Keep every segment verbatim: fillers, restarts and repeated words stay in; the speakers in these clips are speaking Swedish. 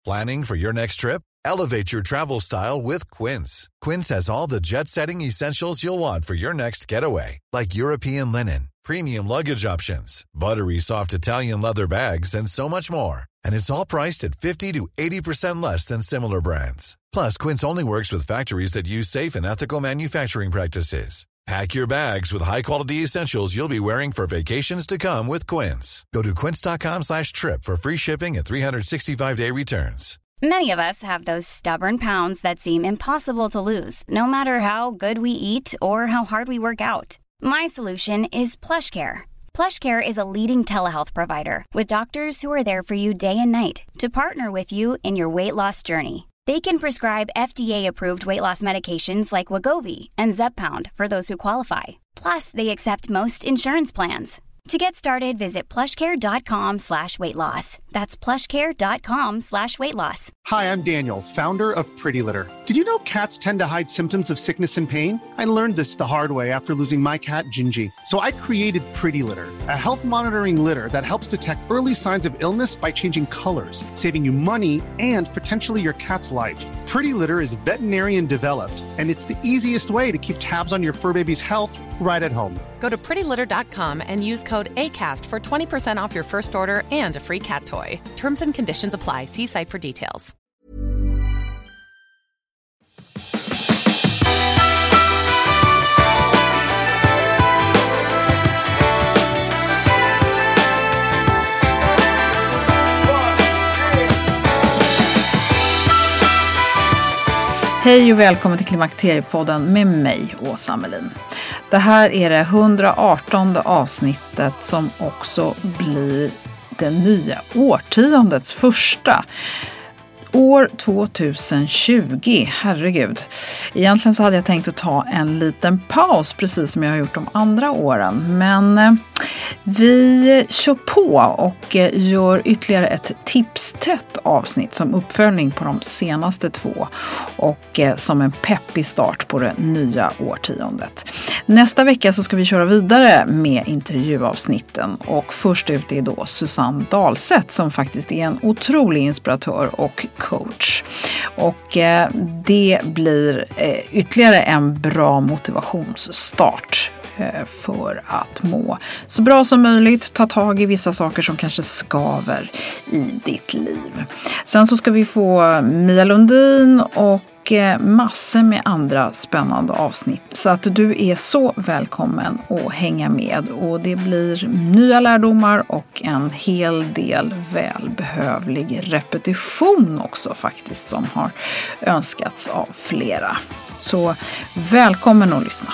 Planning for your next trip? Elevate your travel style with Quince. Quince has all the jet-setting essentials you'll want for your next getaway, like European linen, premium luggage options, buttery soft Italian leather bags, and so much more. And it's all priced at fifty to eighty percent less than similar brands. Plus, Quince only works with factories that use safe and ethical manufacturing practices. Pack your bags with high-quality essentials you'll be wearing for vacations to come with Quince. Go to quince.com slash trip for free shipping and three sixty-five day returns. Many of us have those stubborn pounds that seem impossible to lose, no matter how good we eat or how hard we work out. My solution is PlushCare. PlushCare is a leading telehealth provider with doctors who are there for you day and night to partner with you in your weight loss journey. They can prescribe F D A-approved weight loss medications like Wegovy and Zepbound for those who qualify. Plus, they accept most insurance plans. To get started, visit plushcare.com slash weight loss. That's plushcare.com slash weight loss. Hi, I'm Daniel, founder of Pretty Litter. Did you know cats tend to hide symptoms of sickness and pain? I learned this the hard way after losing my cat, Gingy. So I created Pretty Litter, a health monitoring litter that helps detect early signs of illness by changing colors, saving you money and potentially your cat's life. Pretty Litter is veterinarian developed, and it's the easiest way to keep tabs on your fur baby's health right at home. Go to pretty litter dot com and use code ACAST for twenty percent off your first order and a free cat toy. Terms and conditions apply. See site for details. Hej och välkommen till Klimakteriepodden med mig, Åsa Melin. Det här är det hundraartonde avsnittet som också blir det nya årtiondets första. År tjugohundratjugo, herregud. Egentligen så hade jag tänkt att ta en liten paus precis som jag har gjort de andra åren. Men eh, vi kör på och eh, gör ytterligare ett tipstätt avsnitt som uppföljning på de senaste två. Och eh, som en peppig start på det nya årtiondet. Nästa vecka så ska vi köra vidare med intervjuavsnitten. Och först ut är då Susanne Dahlseth som faktiskt är en otrolig inspiratör och coach. Och eh, det blir eh, ytterligare en bra motivationsstart eh, för att må så bra som möjligt, ta tag i vissa saker som kanske skaver i ditt liv. Sen så ska vi få Mia Lundin och massor med andra spännande avsnitt. Så att du är så välkommen att hänga med. Och det blir nya lärdomar och en hel del välbehövlig repetition också faktiskt som har önskats av flera. Så välkommen att lyssna.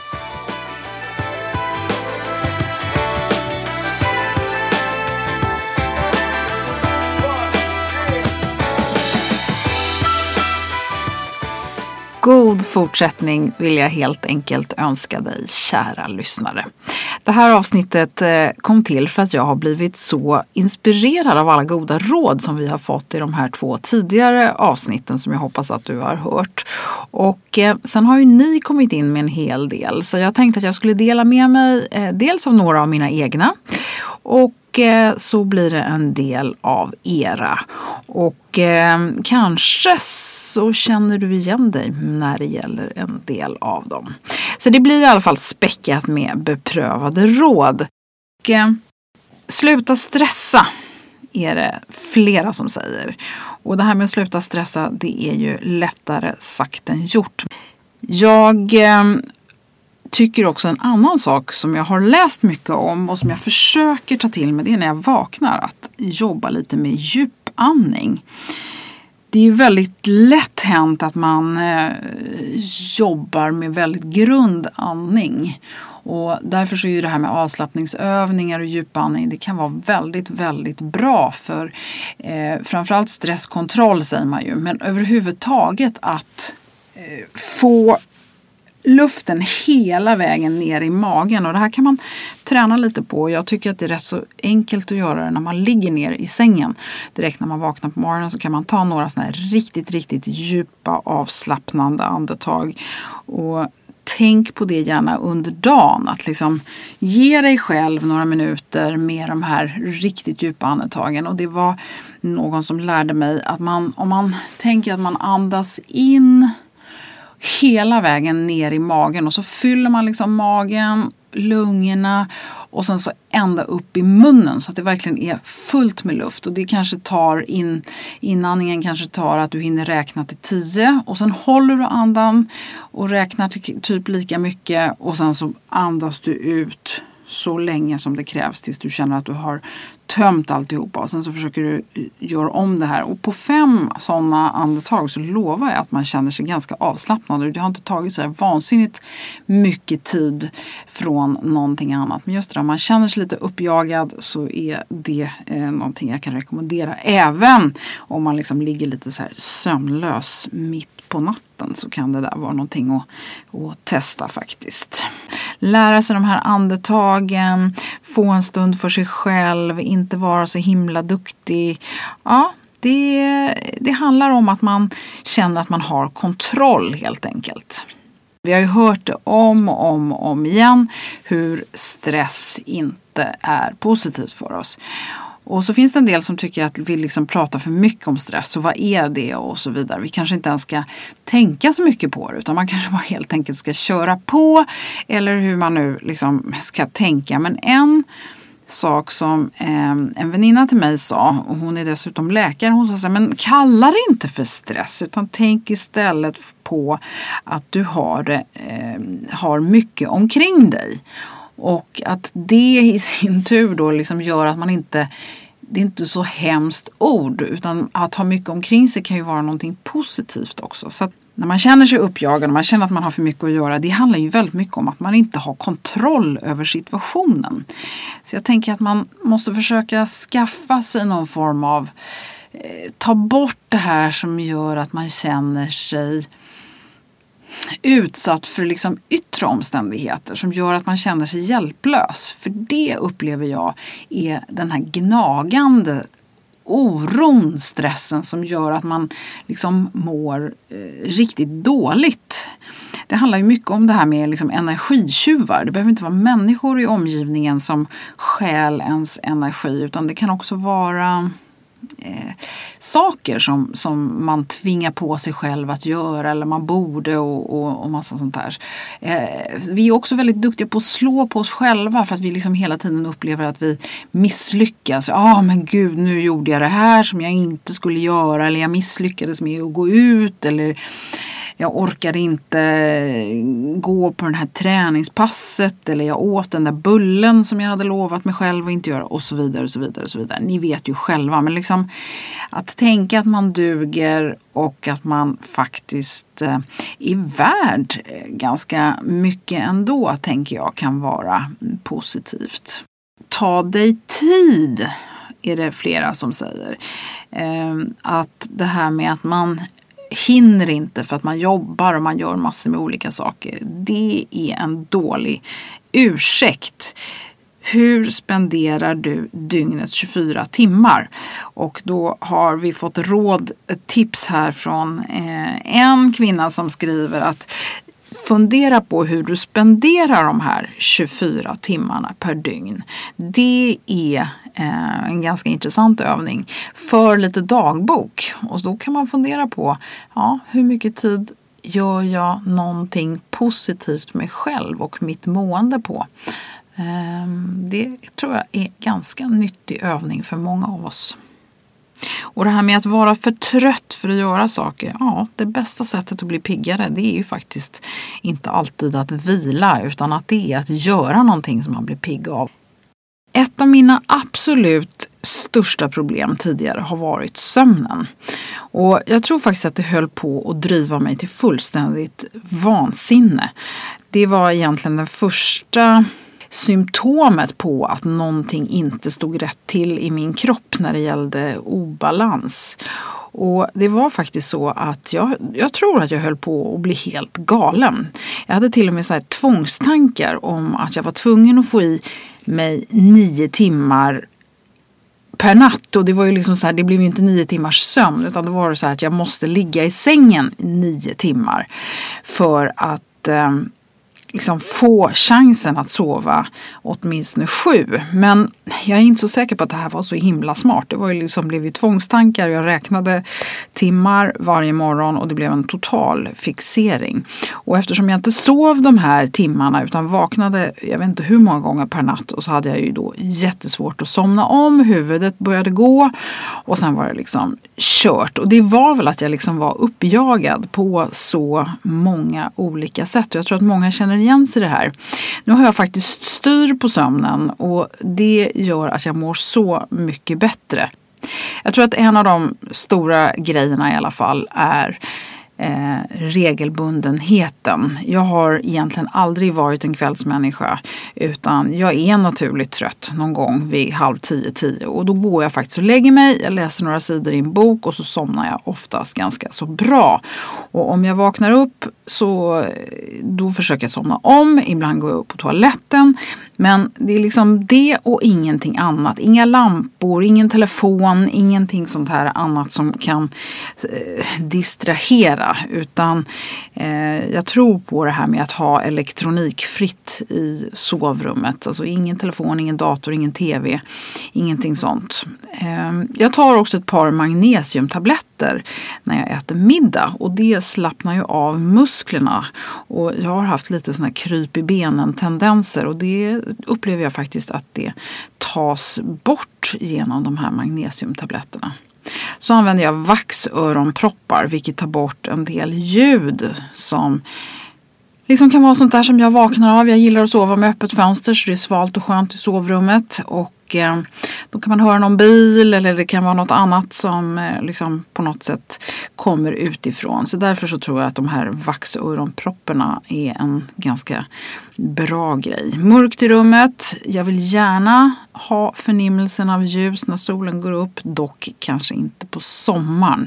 God fortsättning vill jag helt enkelt önska dig, kära lyssnare. Det här avsnittet kom till för att jag har blivit så inspirerad av alla goda råd som vi har fått i de här två tidigare avsnitten som jag hoppas att du har hört. Och sen har ju ni kommit in med en hel del, så jag tänkte att jag skulle dela med mig dels av några av mina egna och så blir det en del av era. Och eh, kanske så känner du igen dig när det gäller en del av dem. Så det blir i alla fall späckat med beprövade råd. Och, eh, sluta stressa är det flera som säger. Och det här med att sluta stressa, det är ju lättare sagt än gjort. Jag Eh, tycker också en annan sak som jag har läst mycket om och som jag försöker ta till mig, det är när jag vaknar att jobba lite med djupandning. Det är ju väldigt lätt hänt att man eh, jobbar med väldigt grundandning. Och därför så är ju det här med avslappningsövningar och djupandning, det kan vara väldigt, väldigt bra för eh, framförallt stresskontroll säger man ju. Men överhuvudtaget att eh, få luften hela vägen ner i magen, och det här kan man träna lite på. Jag tycker att det är rätt så enkelt att göra det när man ligger ner i sängen. Direkt när man vaknar på morgonen så kan man ta några såna här riktigt, riktigt djupa avslappnande andetag och tänk på det gärna under dagen. Att liksom ge dig själv några minuter med de här riktigt djupa andetagen. Och det var någon som lärde mig att man, om man tänker att man andas in hela vägen ner i magen och så fyller man liksom magen, lungorna och sen så ända upp i munnen så att det verkligen är fullt med luft. Och det kanske tar in, inandningen kanske tar att du hinner räkna till tio och sen håller du andan och räknar till typ lika mycket och sen så andas du ut så länge som det krävs tills du känner att du har tömt alltihopa och sen så försöker du göra om det här. Och på fem sådana andetag så lovar jag att man känner sig ganska avslappnad. Det har inte tagit så här vansinnigt mycket tid från någonting annat. Men just det, om man känner sig lite uppjagad så är det eh, någonting jag kan rekommendera. Även om man liksom ligger lite så här sömnlös mitt på natten så kan det där vara någonting att, att testa faktiskt. Lära sig de här andetagen, få en stund för sig själv, inte vara så himla duktig. Ja, det, det handlar om att man känner att man har kontroll helt enkelt. Vi har ju hört det om och om och om igen hur stress inte är positivt för oss. Och så finns det en del som tycker att vi liksom pratar för mycket om stress och vad är det och så vidare. Vi kanske inte ens ska tänka så mycket på det utan man kanske bara helt enkelt ska köra på eller hur man nu liksom ska tänka. Men en sak som eh, en väninna till mig sa, och hon är dessutom läkare, hon sa så här, men kalla det inte för stress utan tänk istället på att du har, eh, har mycket omkring dig. Och att det i sin tur då liksom gör att man inte, det är inte så hemskt ord utan att ha mycket omkring sig kan ju vara någonting positivt också. Så att när man känner sig uppjagad och man känner att man har för mycket att göra, det handlar ju väldigt mycket om att man inte har kontroll över situationen. Så jag tänker att man måste försöka skaffa sig någon form av, eh, ta bort det här som gör att man känner sig utsatt för liksom yttre omständigheter som gör att man känner sig hjälplös. För det upplever jag är den här gnagande oron, stressen som gör att man liksom mår eh, riktigt dåligt. Det handlar ju mycket om det här med liksom energitjuvar. Det behöver inte vara människor i omgivningen som stjäl ens energi utan det kan också vara Eh, saker som, som man tvingar på sig själv att göra eller man borde och, och, och massa sånt där. Eh, vi är också väldigt duktiga på att slå på oss själva för att vi liksom hela tiden upplever att vi misslyckas. Ja ah, men gud, nu gjorde jag det här som jag inte skulle göra eller jag misslyckades med att gå ut eller jag orkade inte gå på den här träningspasset eller jag åt den där bullen som jag hade lovat mig själv att inte göra och så vidare och så vidare och så vidare. Ni vet ju själva, men liksom att tänka att man duger och att man faktiskt eh, är värd ganska mycket ändå, tänker jag, kan vara positivt. Ta dig tid, är det flera som säger. Eh, att det här med att man hinner inte för att man jobbar och man gör massor med olika saker. Det är en dålig ursäkt. Hur spenderar du dygnets tjugofyra timmar? Och då har vi fått råd, ett tips här från eh, en kvinna som skriver att fundera på hur du spenderar de här tjugofyra timmarna per dygn. Det är eh, en ganska intressant övning för lite dagbok. Och då kan man fundera på ja, hur mycket tid gör jag någonting positivt med själv och mitt mående på. Eh, det tror jag är ganska nyttig övning för många av oss. Och det här med att vara för trött för att göra saker. Ja, det bästa sättet att bli piggare, det är ju faktiskt inte alltid att vila utan att det är att göra någonting som man blir pigg av. Ett av mina absolut största problem tidigare har varit sömnen. Och jag tror faktiskt att det höll på att driva mig till fullständigt vansinne. Det var egentligen den första symptomet på att någonting inte stod rätt till i min kropp när det gällde obalans. Och det var faktiskt så att jag, jag tror att jag höll på att bli helt galen. Jag hade till och med så här tvångstankar om att jag var tvungen att få i mig nio timmar per natt. Och det var ju liksom så här, det blev ju inte nio timmars sömn utan det var så här att jag måste ligga i sängen i nio timmar för att eh, liksom få chansen att sova åtminstone sju. Men jag är inte så säker på att det här var så himla smart. Det var ju liksom, blev ju tvångstankar. Jag räknade timmar varje morgon och det blev en total fixering. Och eftersom jag inte sov de här timmarna utan vaknade, jag vet inte hur många gånger per natt, och så hade jag ju då jättesvårt att somna om. Huvudet började gå och sen var det liksom kört. Och det var väl att jag liksom var uppjagad på så många olika sätt. Och jag tror att många känner igen sig i det här. Nu har jag faktiskt styr på sömnen och det gör att jag mår så mycket bättre. Jag tror att en av de stora grejerna i alla fall är Eh, regelbundenheten. Jag har egentligen aldrig varit en kvällsmänniska, utan jag är naturligt trött någon gång vid halv tio, tio, och då går jag faktiskt och lägger mig, jag läser några sidor i en bok och så somnar jag oftast ganska så bra. Och om jag vaknar upp så då försöker jag somna om, ibland går jag upp på toaletten, men det är liksom det och ingenting annat. Inga lampor, ingen telefon, ingenting sånt här annat som kan eh, distrahera. Utan eh, jag tror på det här med att ha elektronikfritt i sovrummet. Alltså ingen telefon, ingen dator, ingen tv, ingenting sånt. Eh, jag tar också ett par magnesiumtabletter när jag äter middag och det slappnar ju av musklerna. Och jag har haft lite såna här kryp i benen tendenser och det upplever jag faktiskt att det tas bort genom de här magnesiumtabletterna. Så använder jag vaxöronproppar, vilket tar bort en del ljud som liksom kan vara sånt där som jag vaknar av. Jag gillar att sova med öppet fönster så det är svalt och skönt i sovrummet. Och eh, då kan man höra någon bil eller det kan vara något annat som eh, liksom på något sätt kommer utifrån. Så därför så tror jag att de här vaxöronpropparna är en ganska bra grej. Mörkt i rummet. Jag vill gärna ha förnimmelsen av ljus när solen går upp. Dock kanske inte på sommaren.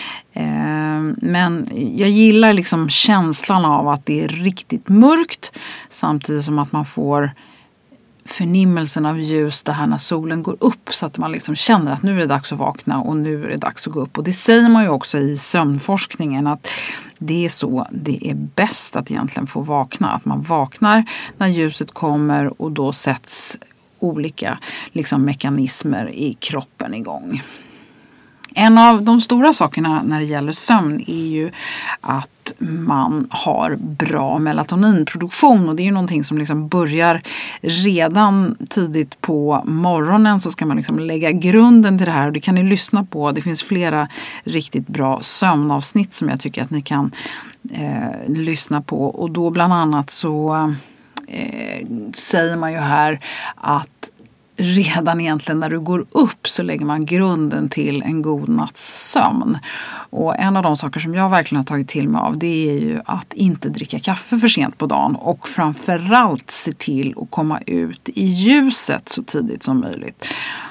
Men jag gillar liksom känslan av att det är riktigt mörkt samtidigt som att man får förnimmelsen av ljus det här när solen går upp så att man liksom känner att nu är det dags att vakna och nu är det dags att gå upp. Och det säger man ju också i sömnforskningen att det är så det är bäst att egentligen få vakna. Att man vaknar när ljuset kommer och då sätts olika liksom mekanismer i kroppen igång. En av de stora sakerna när det gäller sömn är ju att man har bra melatoninproduktion och det är ju någonting som liksom börjar redan tidigt på morgonen, så ska man liksom lägga grunden till det här och det kan ni lyssna på. Det finns flera riktigt bra sömnavsnitt som jag tycker att ni kan eh, lyssna på och då bland annat så eh, säger man ju här att redan egentligen när du går upp så lägger man grunden till en god natts sömn. Och en av de saker som jag verkligen har tagit till mig av det är ju att inte dricka kaffe för sent på dagen och framförallt se till att komma ut i ljuset så tidigt som möjligt.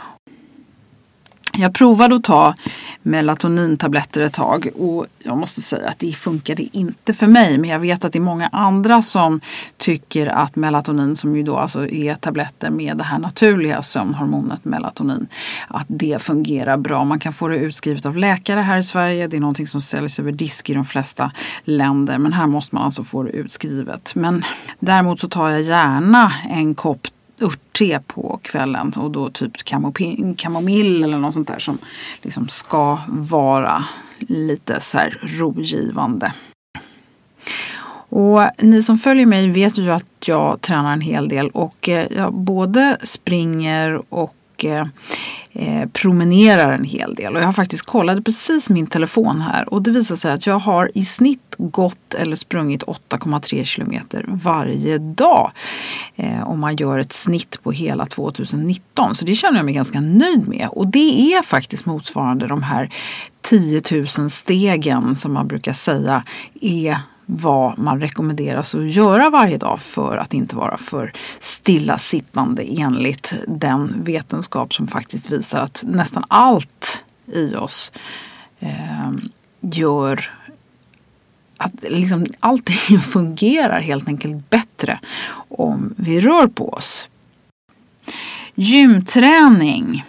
Jag provade att ta melatonintabletter ett tag och jag måste säga att det funkade inte för mig. Men jag vet att det är många andra som tycker att melatonin, som ju då alltså är tabletter med det här naturliga sömnhormonet melatonin, att det fungerar bra. Man kan få det utskrivet av läkare här i Sverige. Det är någonting som säljs över disk i de flesta länder. Men här måste man alltså få det utskrivet. Men däremot så tar jag gärna en kopp örtte på kvällen och då typ kamomill eller något sånt där som liksom ska vara lite så här rogivande. Och ni som följer mig vet ju att jag tränar en hel del och jag både springer och Eh, promenerar en hel del. Och jag har faktiskt kollat precis min telefon här och det visar sig att jag har i snitt gått eller sprungit åtta komma tre kilometer varje dag eh, om man gör ett snitt på hela tjugonitton. Så det känner jag mig ganska nöjd med och det är faktiskt motsvarande de här tio tusen stegen som man brukar säga är vad man rekommenderas att göra varje dag för att inte vara för stillasittande enligt den vetenskap som faktiskt visar att nästan allt i oss eh, gör att liksom allting fungerar helt enkelt bättre om vi rör på oss. Gymträning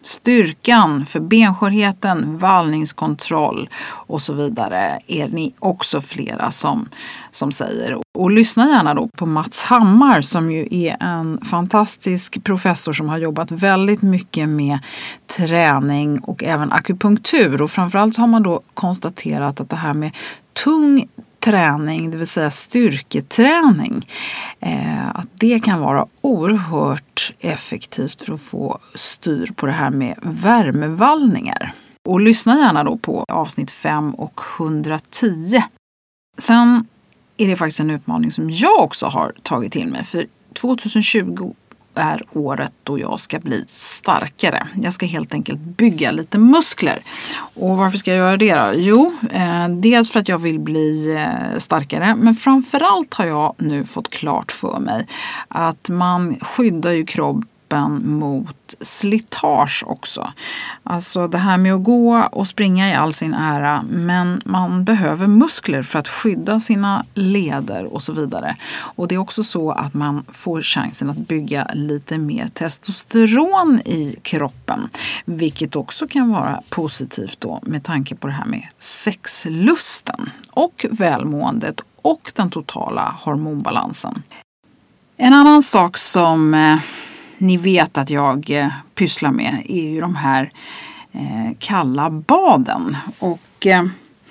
Styrkan för benskörheten, vallningskontroll och så vidare är ni också flera som, som säger. Och lyssna gärna då på Mats Hammar som ju är en fantastisk professor som har jobbat väldigt mycket med träning och även akupunktur. Och framförallt har man då konstaterat att det här med tung träning, det vill säga styrketräning, eh, att det kan vara oerhört effektivt för att få styr på det här med värmevallningar. Och lyssna gärna då på avsnitt fem och hundratio. Sen är det faktiskt en utmaning som jag också har tagit till mig, för tjugohundratjugo är året då jag ska bli starkare. Jag ska helt enkelt bygga lite muskler. Och varför ska jag göra det då? Jo, eh, dels för att jag vill bli eh, starkare, men framförallt har jag nu fått klart för mig att man skyddar ju kroppen mot slitage också. Alltså det här med att gå och springa i all sin ära, men man behöver muskler för att skydda sina leder och så vidare. Och det är också så att man får chansen att bygga lite mer testosteron i kroppen, vilket också kan vara positivt då med tanke på det här med sexlusten och välmåendet och den totala hormonbalansen. En annan sak som eh, ni vet att jag eh, pysslar med är ju de här eh, kalla baden. Och eh,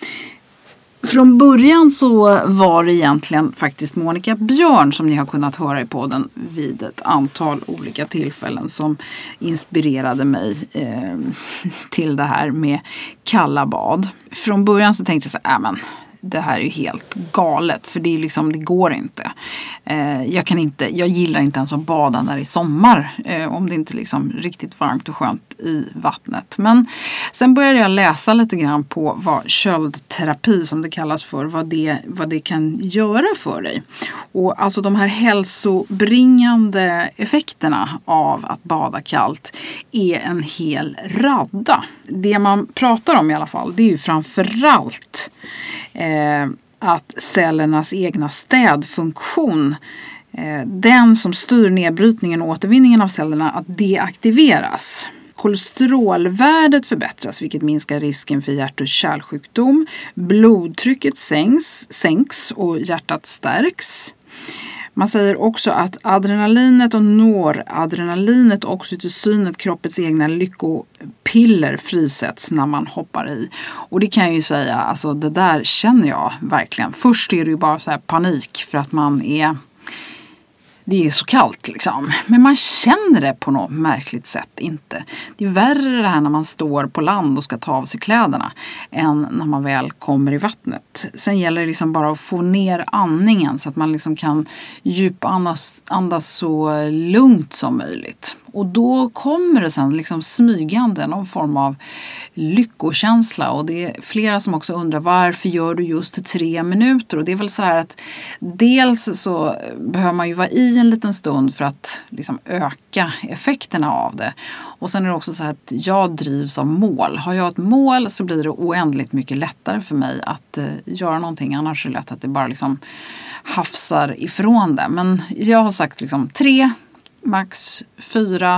från början så var det egentligen faktiskt Monica Björn som ni har kunnat höra i podden vid ett antal olika tillfällen som inspirerade mig eh, till det här med kalla bad. Från början så tänkte jag så här, äh, men det här är ju helt galet, för det är liksom, det går inte. Eh, jag kan inte, jag gillar inte ens att bada när det är sommar, eh, om det inte är liksom riktigt varmt och skönt i vattnet. Men sen började jag läsa lite grann på vad köldterapi, som det kallas för, vad det, vad det kan göra för dig. Och alltså de här hälsobringande effekterna av att bada kallt är en hel radda. Det man pratar om i alla fall, det är ju framförallt Eh, att cellernas egna städfunktion, eh, den som styr nedbrytningen och återvinningen av cellerna, att det aktiveras. Kolesterolvärdet förbättras, vilket minskar risken för hjärt- och kärlsjukdom. Blodtrycket sänks, sänks och hjärtat stärks. Man säger också att adrenalinet och noradrenalinet och oxytocinet, kroppens egna lyckopiller, frisätts när man hoppar i. Och det kan jag ju säga, alltså det där känner jag verkligen. Först är det ju bara så här panik för att man är... Det är så kallt liksom. Men man känner det på något märkligt sätt inte. Det är värre det här när man står på land och ska ta av sig kläderna än när man väl kommer i vattnet. Sen gäller det liksom bara att få ner andningen så att man liksom kan djupandas andas så lugnt som möjligt. Och då kommer det sen liksom smygande någon form av lyckokänsla. Och det är flera som också undrar, varför gör du just tre minuter? Och det är väl så här att dels så behöver man ju vara i en liten stund för att liksom öka effekterna av det. Och sen är det också så här att jag drivs av mål. Har jag ett mål så blir det oändligt mycket lättare för mig att eh, göra någonting. Annars är det lätt att det bara liksom hafsar ifrån det. Men jag har sagt liksom tre, max fyra,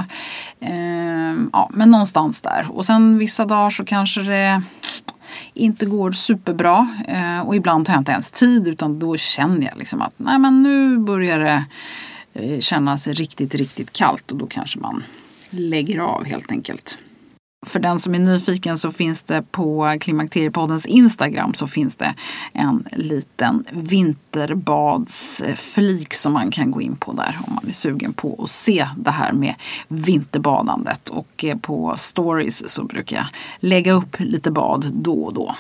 eh, ja, men någonstans där. Och sen vissa dagar så kanske det inte går superbra, eh, och ibland tar jag inte ens tid, utan då känner jag liksom att nej, men nu börjar det eh, kännas riktigt, riktigt kallt, och då kanske man lägger av helt enkelt. För den som är nyfiken så finns det på Klimakteriepoddens Instagram så finns det en liten vinterbadsflik som man kan gå in på där om man är sugen på att se det här med vinterbadandet. Och på stories så brukar jag lägga upp lite bad då och då.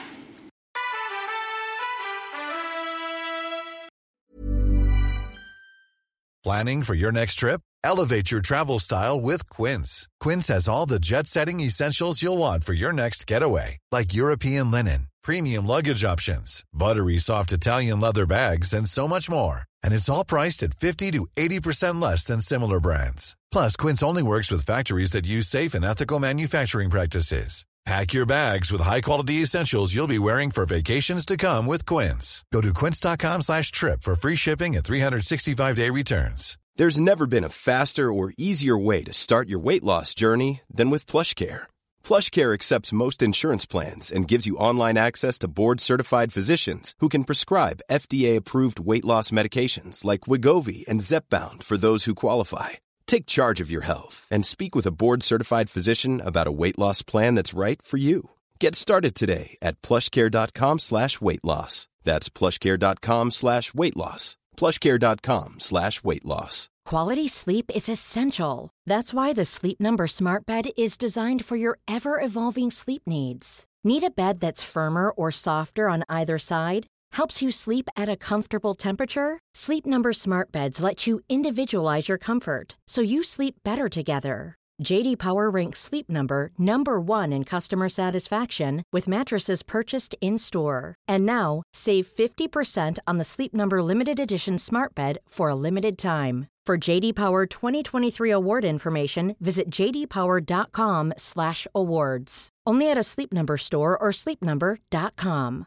Planning for your next trip? Elevate your travel style with Quince. Quince has all the jet-setting essentials you'll want for your next getaway, like European linen, premium luggage options, buttery soft Italian leather bags, and so much more. And it's all priced at fifty to eighty percent less than similar brands. Plus, Quince only works with factories that use safe and ethical manufacturing practices. Pack your bags with high-quality essentials you'll be wearing for vacations to come with Quince. Go to quince.com slash trip for free shipping and three sixty-five day returns. There's never been a faster or easier way to start your weight loss journey than with PlushCare. PlushCare accepts most insurance plans and gives you online access to board-certified physicians who can prescribe F D A-approved weight loss medications like Wegovy and Zepbound for those who qualify. Take charge of your health and speak with a board-certified physician about a weight loss plan that's right for you. Get started today at plushcare.com slash weight loss. That's plushcare.com slash weight loss. plushcare.com slash weight loss. Quality sleep is essential. That's why the Sleep Number Smart Bed is designed for your ever-evolving sleep needs. Need a bed that's firmer or softer on either side? Helps you sleep at a comfortable temperature? Sleep Number Smart Beds let you individualize your comfort, so you sleep better together. J D Power ranks Sleep Number number one in customer satisfaction with mattresses purchased in-store. And now, save fifty percent on the Sleep Number Limited Edition Smart Bed for a limited time. For J D Power twenty twenty-three award information, visit jdpower.com slash awards. Only at a Sleep Number store or sleep number dot com.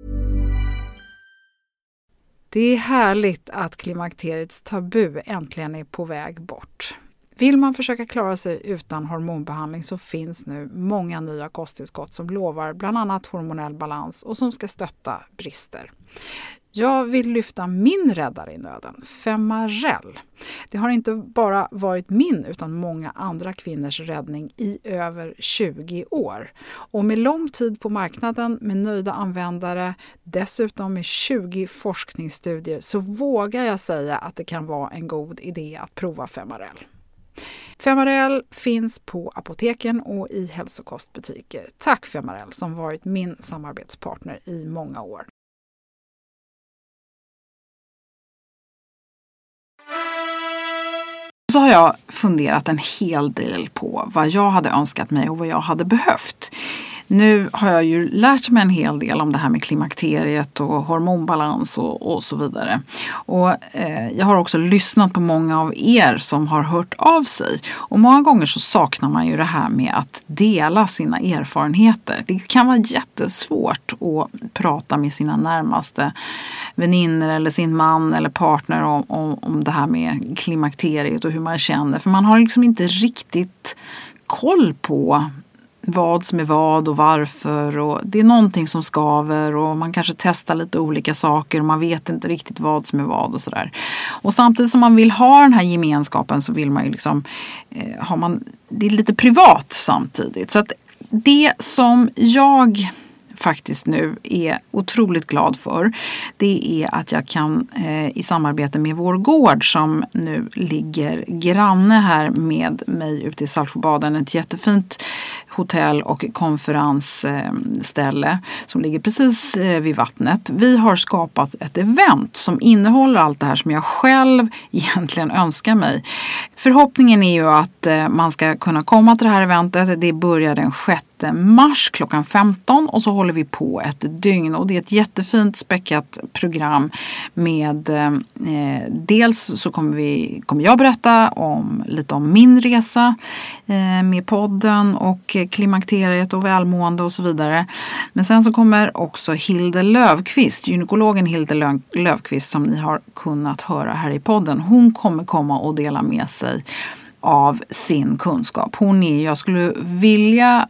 Det är härligt att klimakteriets tabu äntligen är på väg bort. Vill man försöka klara sig utan hormonbehandling så finns nu många nya kosttillskott som lovar bland annat hormonell balans och som ska stötta brister. Jag vill lyfta min räddare i nöden, Femarel. Det har inte bara varit min utan många andra kvinnors räddning i över tjugo år. Och med lång tid på marknaden, med nöjda användare, dessutom med tjugo forskningsstudier så vågar jag säga att det kan vara en god idé att prova Femarel. Femarel finns på apoteken och i hälsokostbutiker. Tack Femarel som varit min samarbetspartner i många år. Så har jag funderat en hel del på vad jag hade önskat mig och vad jag hade behövt. Nu har jag ju lärt mig en hel del om det här med klimakteriet och hormonbalans och, och så vidare. Och eh, jag har också lyssnat på många av er som har hört av sig. Och många gånger så saknar man ju det här med att dela sina erfarenheter. Det kan vara jättesvårt att prata med sina närmaste vänner eller sin man eller partner om, om, om det här med klimakteriet och hur man känner. För man har liksom inte riktigt koll på vad som är vad och varför, och det är någonting som skaver och man kanske testar lite olika saker och man vet inte riktigt vad som är vad och sådär. Och samtidigt som man vill ha den här gemenskapen så vill man ju liksom eh, har man, det är lite privat samtidigt. Så att det som jag faktiskt nu är otroligt glad för, det är att jag kan eh, i samarbete med vår gård som nu ligger granne här med mig ute i Saltsjöbaden, ett jättefint hotell och konferensställe eh, som ligger precis eh, vid vattnet. Vi har skapat ett event som innehåller allt det här som jag själv egentligen önskar mig. Förhoppningen är ju att eh, man ska kunna komma till det här eventet. Det börjar den sjätte mars klockan femton och så håller vi på ett dygn, och det är ett jättefint späckat program med eh, dels så kommer vi kommer jag berätta om lite om min resa eh, med podden och klimakteriet och välmående och så vidare. Men sen så kommer också Hilde Löfqvist, gynekologen Hilde Lö- Löfqvist som ni har kunnat höra här i podden. Hon kommer komma och dela med sig av sin kunskap. Hon är, jag skulle vilja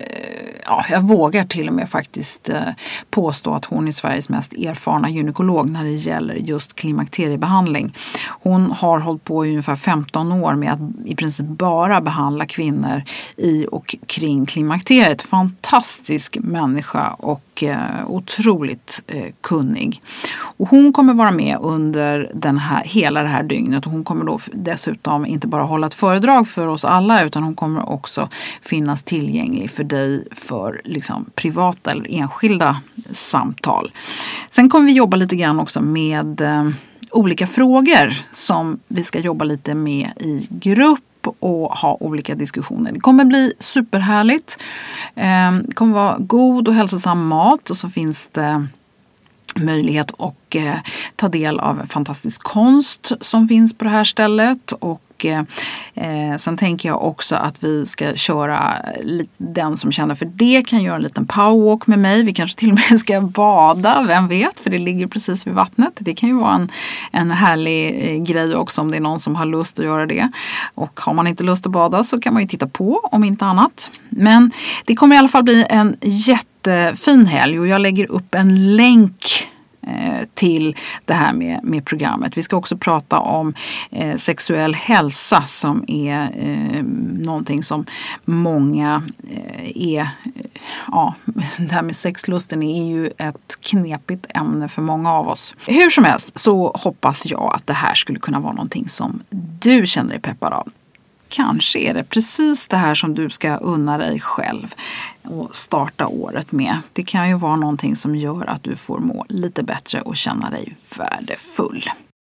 ja, jag vågar till och med faktiskt eh, påstå att hon är Sveriges mest erfarna gynekolog när det gäller just klimakteriebehandling. Hon har hållit på i ungefär femton år med att i princip bara behandla kvinnor i och kring klimakteriet. Fantastisk människa och eh, otroligt eh, kunnig. Och hon kommer vara med under den här, hela det här dygnet, och hon kommer då dessutom inte bara hålla ett föredrag för oss alla, utan hon kommer också finnas tillgänglig för dig för liksom privata eller enskilda samtal. Sen kommer vi jobba lite grann också med eh, olika frågor som vi ska jobba lite med i grupp och ha olika diskussioner. Det kommer bli superhärligt. Eh, det kommer vara god och hälsosam mat, och så finns det möjlighet att eh, ta del av fantastisk konst som finns på det här stället, och Och eh, sen tänker jag också att vi ska köra den som känner för det kan göra en liten powerwalk med mig. Vi kanske till och med ska bada, vem vet, för det ligger precis vid vattnet. Det kan ju vara en, en härlig eh, grej också om det är någon som har lust att göra det. Och har man inte lust att bada så kan man ju titta på om inte annat. Men det kommer i alla fall bli en jättefin helg och jag lägger upp en länk till det här med, med programmet. Vi ska också prata om eh, sexuell hälsa som är eh, någonting som många eh, är, eh, ja, det här med sexlusten är ju ett knepigt ämne för många av oss. Hur som helst så hoppas jag att det här skulle kunna vara någonting som du känner dig peppad av. Kanske är det precis det här som du ska unna dig själv och starta året med. Det kan ju vara någonting som gör att du får må lite bättre och känna dig värdefull.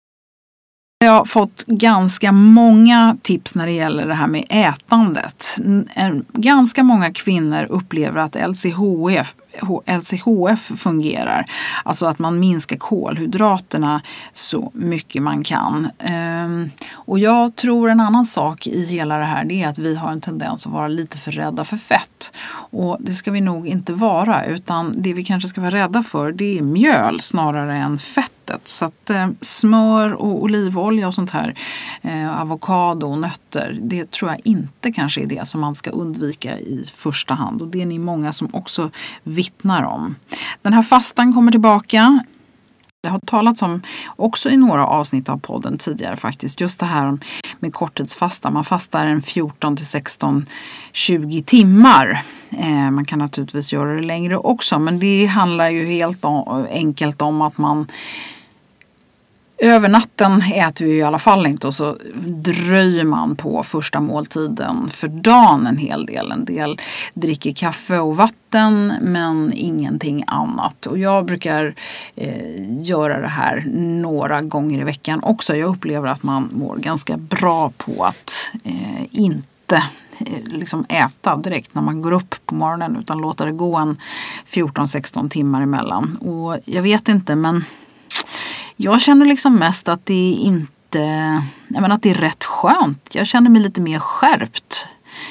Jag har fått ganska många tips när det gäller det här med ätandet. Ganska många kvinnor upplever att L C H F L C H F fungerar. Alltså att man minskar kolhydraterna så mycket man kan. Och jag tror en annan sak i hela det här det är att vi har en tendens att vara lite för rädda för fett. Och det ska vi nog inte vara, utan det vi kanske ska vara rädda för det är mjöl snarare än fettet. Så att eh, smör och olivolja och sånt här, eh, avokado och nötter, det tror jag inte kanske är det som man ska undvika i första hand. Och det är ni många som också vittnar om. Den här fastan kommer tillbaka. Det har talats om också i några avsnitt av podden tidigare faktiskt. Just det här med korttidsfasta. Man fastar en fjorton till sexton tjugo timmar. Eh, man kan naturligtvis göra det längre också. Men det handlar ju helt om, enkelt om att man över natten äter vi i alla fall inte och så dröjer man på första måltiden för dagen en hel del. En del dricker kaffe och vatten men ingenting annat. Och jag brukar eh, göra det här några gånger i veckan också. Jag upplever att man mår ganska bra på att eh, inte liksom äta direkt när man går upp på morgonen utan låta det gå en fjorton sexton timmar emellan. Och jag vet inte, men jag känner liksom mest att det är inte, jag menar att det är rätt skönt. Jag känner mig lite mer skärpt.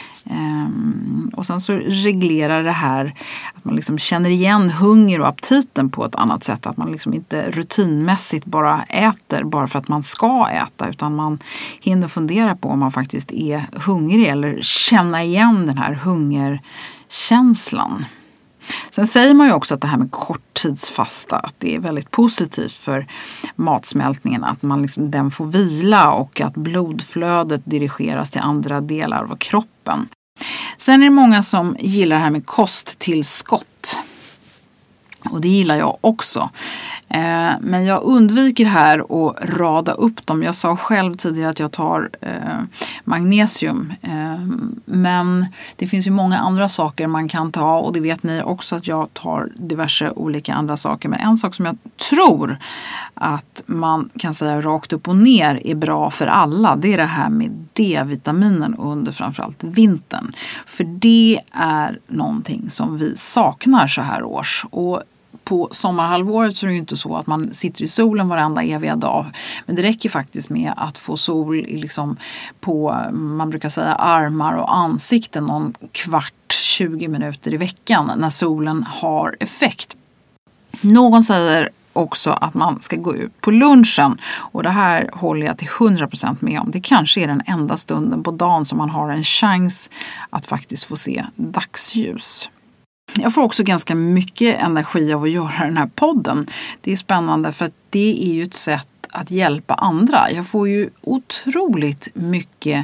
Um, och sen så reglerar det här att man liksom känner igen hunger och aptiten på ett annat sätt. Att man liksom inte rutinmässigt bara äter bara för att man ska äta. Utan man hinner fundera på om man faktiskt är hungrig eller känna igen den här hungerkänslan. Sen säger man ju också att det här med korttidsfasta, att det är väldigt positivt för matsmältningen, att man liksom, den får vila och att blodflödet dirigeras till andra delar av kroppen. Sen är det många som gillar det här med kosttillskott. Och det gillar jag också. Eh, men jag undviker här att rada upp dem. Jag sa själv tidigare att jag tar eh, magnesium. Eh, men det finns ju många andra saker man kan ta. Och det vet ni också att jag tar diverse olika andra saker. Men en sak som jag tror att man kan säga rakt upp och ner är bra för alla. Det är det här med D-vitaminen under framförallt vintern. För det är någonting som vi saknar så här års. Och på sommarhalvåret så är det ju inte så att man sitter i solen varenda eviga dag. Men det räcker faktiskt med att få sol liksom på, man brukar säga, armar och ansikten någon kvart, tjugo minuter i veckan när solen har effekt. Någon säger också att man ska gå ut på lunchen. Och det här håller jag till hundra procent med om. Det kanske är den enda stunden på dagen som man har en chans att faktiskt få se dagsljus. Jag får också ganska mycket energi av att göra den här podden. Det är spännande för att det är ju ett sätt att hjälpa andra. Jag får ju otroligt mycket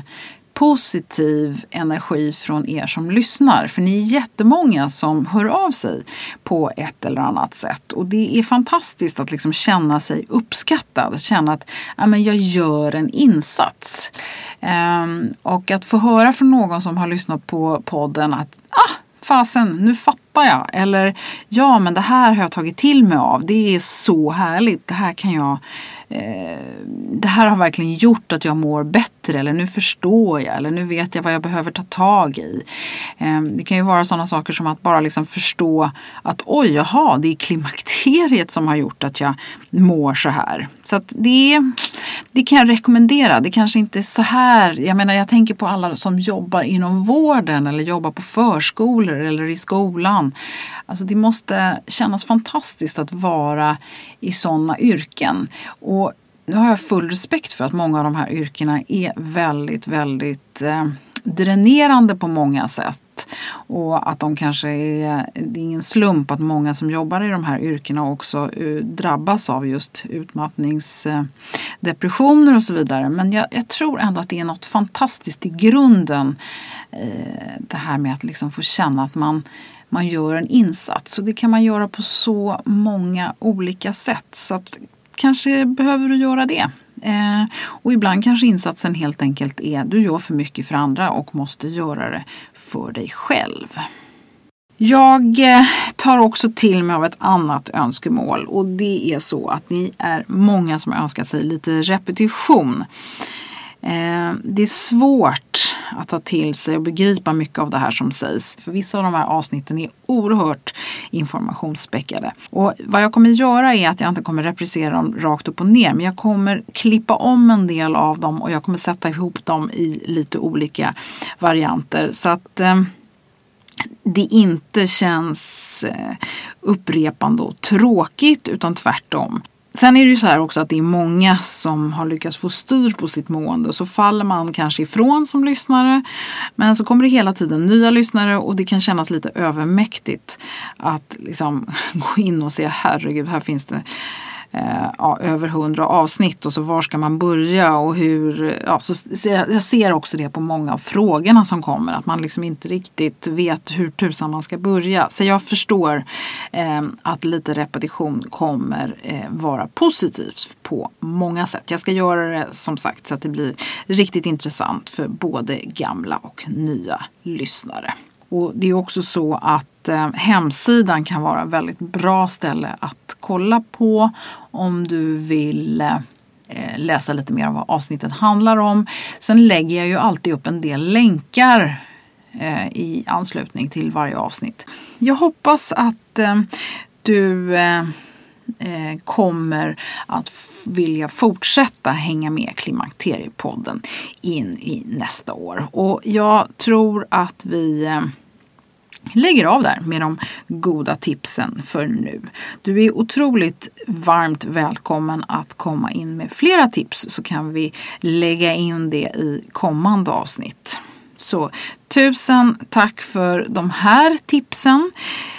positiv energi från er som lyssnar. För ni är jättemånga som hör av sig på ett eller annat sätt. Och det är fantastiskt att liksom känna sig uppskattad. Känna att ja, men jag gör en insats. Um, och att få höra från någon som har lyssnat på podden att ah, fasen, nu fattar jag. Eller ja, men det här har jag tagit till mig av. Det är så härligt. Det här kan jag... Eh, det här har verkligen gjort att jag mår bättre. Eller nu förstår jag. Eller nu vet jag vad jag behöver ta tag i. Eh, det kan ju vara sådana saker som att bara liksom förstå att oj, jaha, det är klimakteriet som har gjort att jag mår så här. Så att det är, det kan jag rekommendera. Det kanske inte är så här. Jag menar, jag tänker på alla som jobbar inom vården eller jobbar på förskolor eller i skolan. Alltså det måste kännas fantastiskt att vara i sådana yrken. Och nu har jag full respekt för att många av de här yrkena är väldigt, väldigt eh, dränerande på många sätt. Och att de kanske är, det är ingen slump att många som jobbar i de här yrkena också uh, drabbas av just utmattningsdepressioner uh, och så vidare. Men jag, jag tror ändå att det är något fantastiskt i grunden. Uh, det här med att liksom få känna att man, man gör en insats. Och det kan man göra på så många olika sätt. Så att kanske behöver du göra det. Eh, och ibland kanske insatsen helt enkelt är du gör för mycket för andra och måste göra det för dig själv. Jag eh, tar också till mig av ett annat önskemål, och det är så att ni är många som önskar sig lite repetition. Eh, det är svårt att ta till sig och begripa mycket av det här som sägs. För vissa av de här avsnitten är oerhört informationsspäckade. Och vad jag kommer göra är att jag inte kommer reprisera dem rakt upp och ner. Men jag kommer klippa om en del av dem och jag kommer sätta ihop dem i lite olika varianter. Så att eh, det inte känns eh, upprepande och tråkigt, utan tvärtom. Sen är det ju så här också att det är många som har lyckats få styr på sitt mående. Så faller man kanske ifrån som lyssnare. Men så kommer det hela tiden nya lyssnare och det kan kännas lite övermäktigt att liksom gå in och se, herregud, här finns det eh, ja, över hundra avsnitt. Och så var ska man börja och hur... Ja, så jag ser också det på många av frågorna som kommer. Att man liksom inte riktigt vet hur tusan man ska börja. Så jag förstår eh, att lite repetition kommer eh, vara positivt på många sätt. Jag ska göra det som sagt så att det blir riktigt intressant för både gamla och nya lyssnare. Och det är också så att eh, hemsidan kan vara ett väldigt bra ställe att kolla på om du vill eh, läsa lite mer om vad avsnittet handlar om. Sen lägger jag ju alltid upp en del länkar eh, i anslutning till varje avsnitt. Jag hoppas att eh, du eh, eh, kommer att f- vilja fortsätta hänga med Klimakteriepodden in i nästa år. Och jag tror att vi eh, lägger av där med de goda tipsen för nu. Du är otroligt varmt välkommen att komma in med flera tips, så kan vi lägga in det i kommande avsnitt. Så tusen tack för de här tipsen.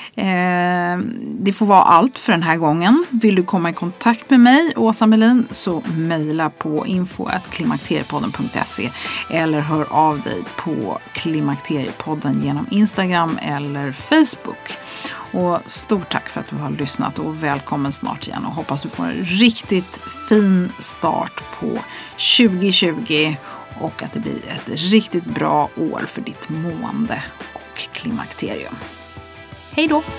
Eh, det får vara allt för den här gången. Vill du komma i kontakt med mig, Åsa Melin, så mejla på info at klimakteriepodden punkt se eller hör av dig på Klimakteriepodden genom Instagram eller Facebook. Och stort tack för att du har lyssnat och välkommen snart igen, och hoppas du får en riktigt fin start på tjugo tjugo och att det blir ett riktigt bra år för ditt mående och klimakterium. Hej då!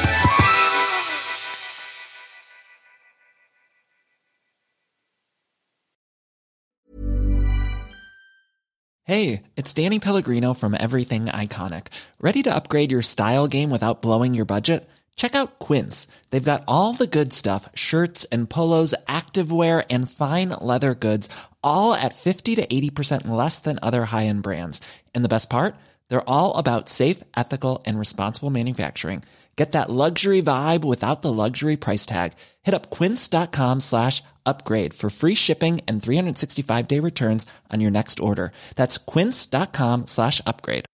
Hey, it's Danny Pellegrino from Everything Iconic. Ready to upgrade your style game without blowing your budget? Check out Quince. They've got all the good stuff, shirts and polos, activewear and fine leather goods, all at fifty to eighty percent less than other high-end brands. And the best part? They're all about safe, ethical, and responsible manufacturing. Get that luxury vibe without the luxury price tag. Hit up quince.com slash upgrade for free shipping and three sixty-five day returns on your next order. That's quince.com slash upgrade.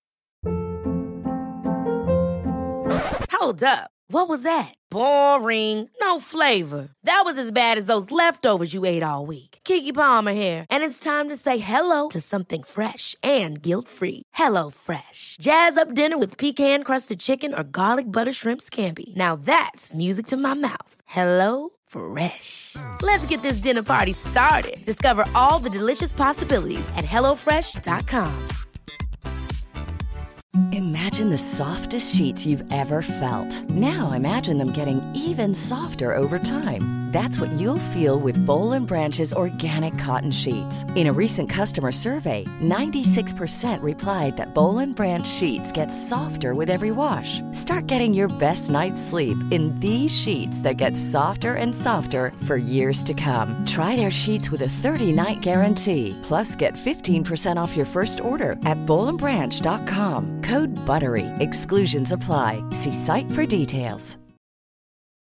Hold up. What was that? Boring. No flavor. That was as bad as those leftovers you ate all week. Keke Palmer here. And it's time to say hello to something fresh and guilt-free. Hello Fresh. Jazz up dinner with pecan-crusted chicken or garlic butter shrimp scampi. Now that's music to my mouth. Hello Fresh. Let's get this dinner party started. Discover all the delicious possibilities at hello fresh dot com. Imagine the softest sheets you've ever felt. Now imagine them getting even softer over time. That's what you'll feel with Bowl and Branch's organic cotton sheets. In a recent customer survey, ninety-six percent replied that Bowl and Branch sheets get softer with every wash. Start getting your best night's sleep in these sheets that get softer and softer for years to come. Try their sheets with a thirty-night guarantee. Plus, get fifteen percent off your first order at bowl and branch dot com. Code BUTTERY. Exclusions apply. See site for details.